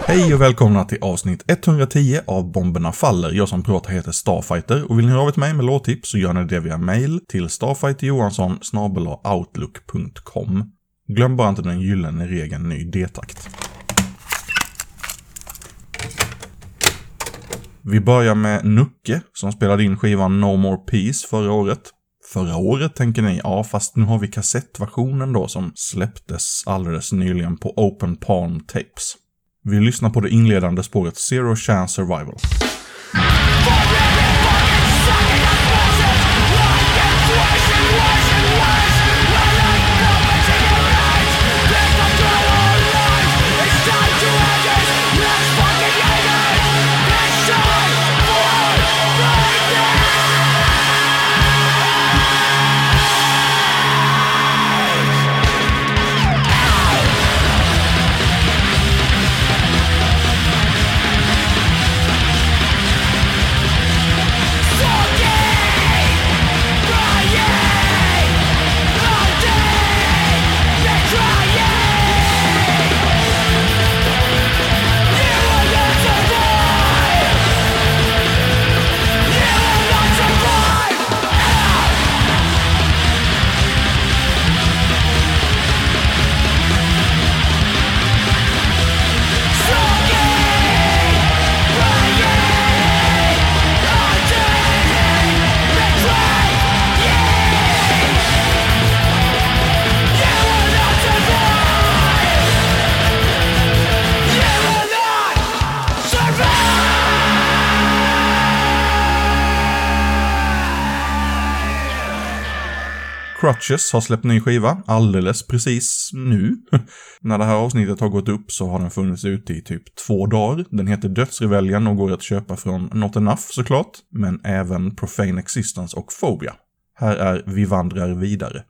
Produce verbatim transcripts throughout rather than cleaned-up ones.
Hej och välkomna till avsnitt etthundratio av Bomberna Faller. Jag som pratar heter Starfighter och vill ni höra av mig med låttips så gör ni det via mail till starfighterjohansson snabel-a outlook punkt com. Glöm bara inte den gyllene regeln ny D-takt. Vi börjar med Nukke som spelade in skivan No More Peace förra året. Förra året tänker ni, ja fast nu har vi kassettversionen då som släpptes alldeles nyligen på Open Palm Tapes. Vi lyssnar på det inledande spåret Zero Chance Survival. Crutches har släppt ny skiva alldeles precis nu. När det här avsnittet har gått upp så har den funnits ute i typ två dagar. Den heter Dödsrebellion och går att köpa från Not Enough såklart, men även Profane Existence och Phobia. Här är Vi vandrar vidare.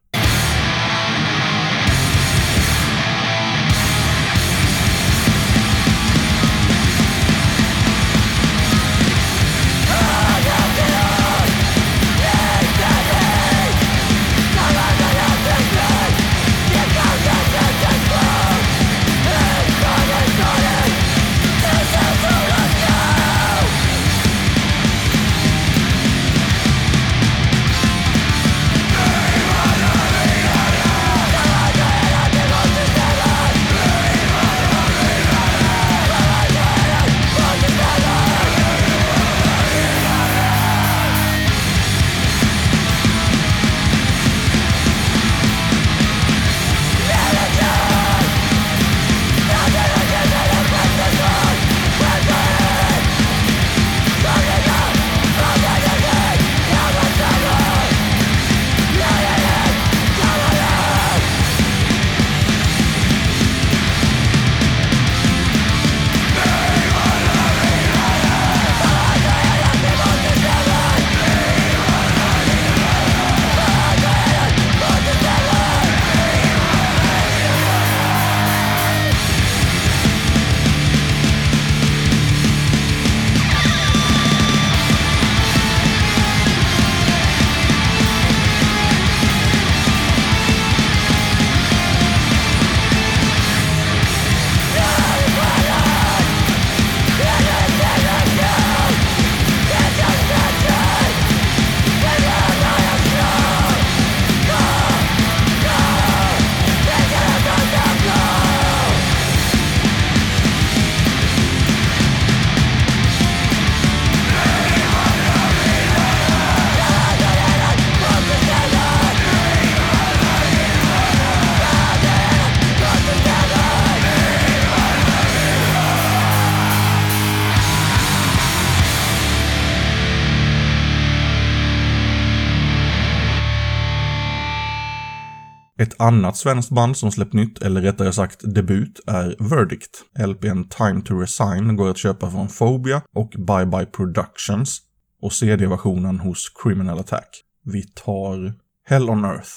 Ett annat svenskt band som släppt nytt, eller rättare sagt debut, är Verdict. L P:n Time to Resign går att köpa från Phobia och Bye Bye Productions och C D-versionen hos Criminal Attack. Vi tar Hell on Earth.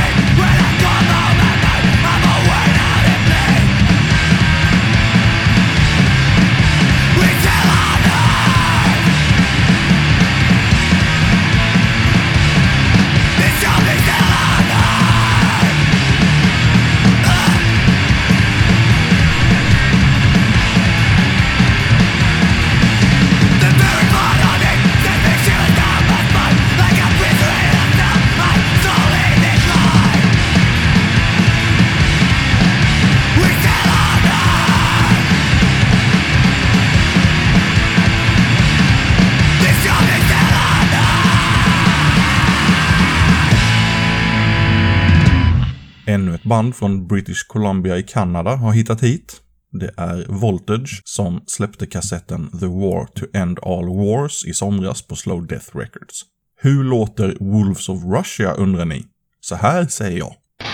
When I come home at night, I'm away out in me. Ännu ett band från British Columbia i Kanada har hittat hit. Det är Voltage som släppte kassetten The War to End All Wars i somras på Slow Death Records. Hur låter Wolves of Russia, undrar ni? Så här säger jag.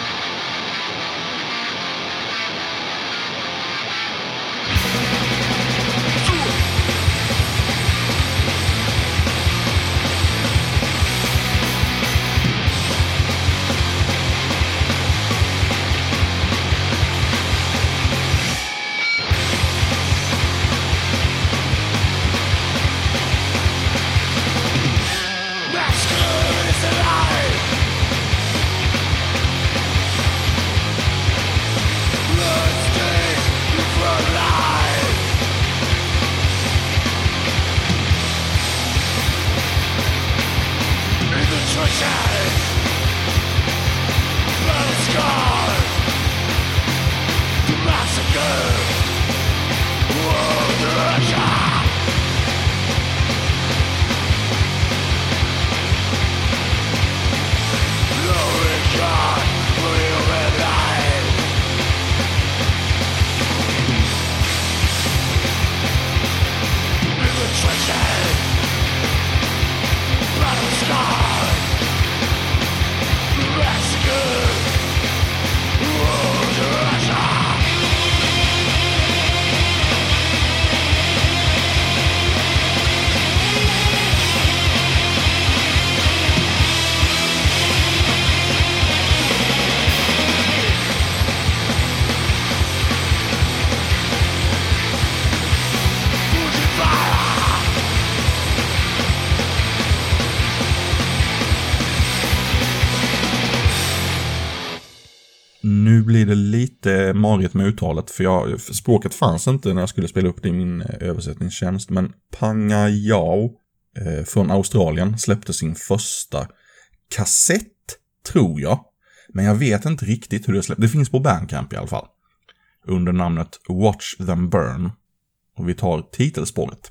Nu blir det lite marigt med uttalet, för jag, språket fanns inte när jag skulle spela upp det i min översättningstjänst. Men Pangayao eh, från Australien släppte sin första kassett, tror jag. Men jag vet inte riktigt hur det släppte. Det finns på Bandcamp i alla fall. Under namnet Watch Them Burn. Och vi tar titelspåret.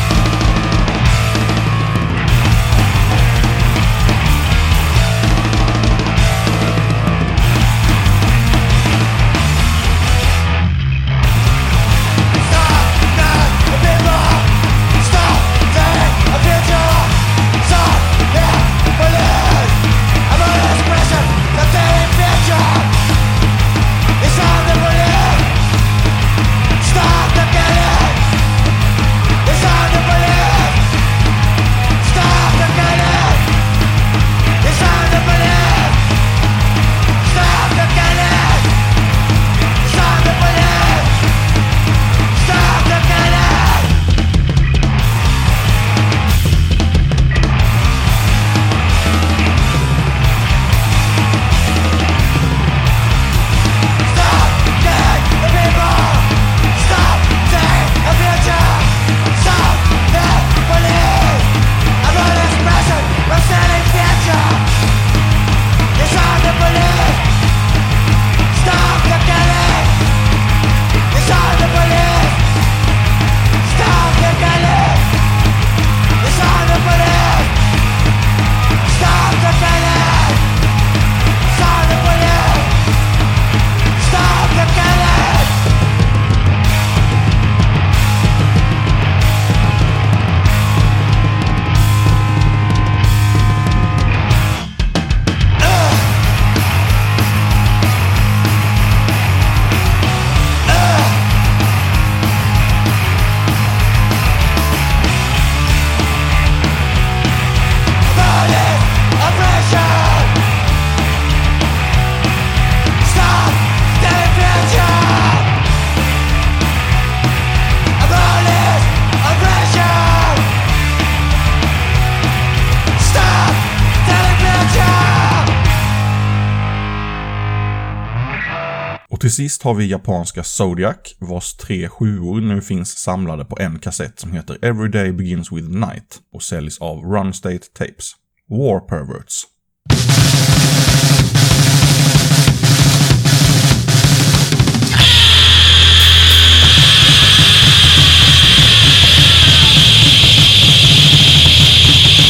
Till sist har vi japanska Zodiac, vars tre sjuor nu finns samlade på en kassett som heter Every Day Begins With Night och säljs av Run State Tapes. War Perverts.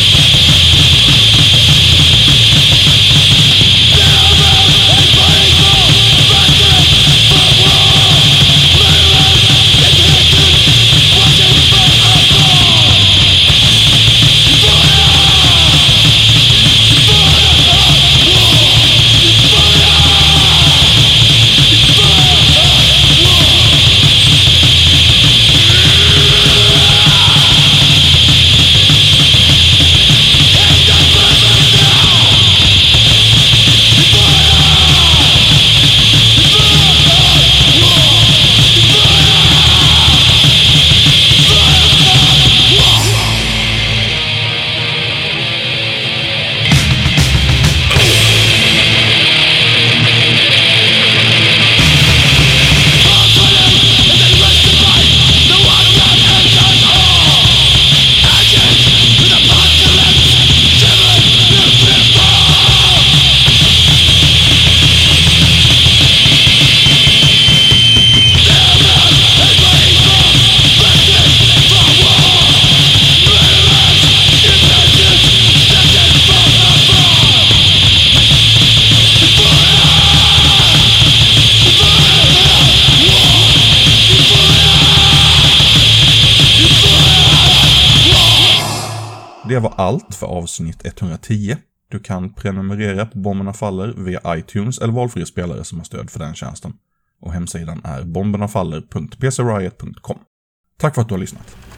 Never Det var allt för avsnitt etthundratio. Du kan prenumerera på Bomberna Faller via iTunes eller valfri spelare som har stöd för den tjänsten. Och hemsidan är bombernafaller punkt p c riot punkt com. Tack för att du har lyssnat.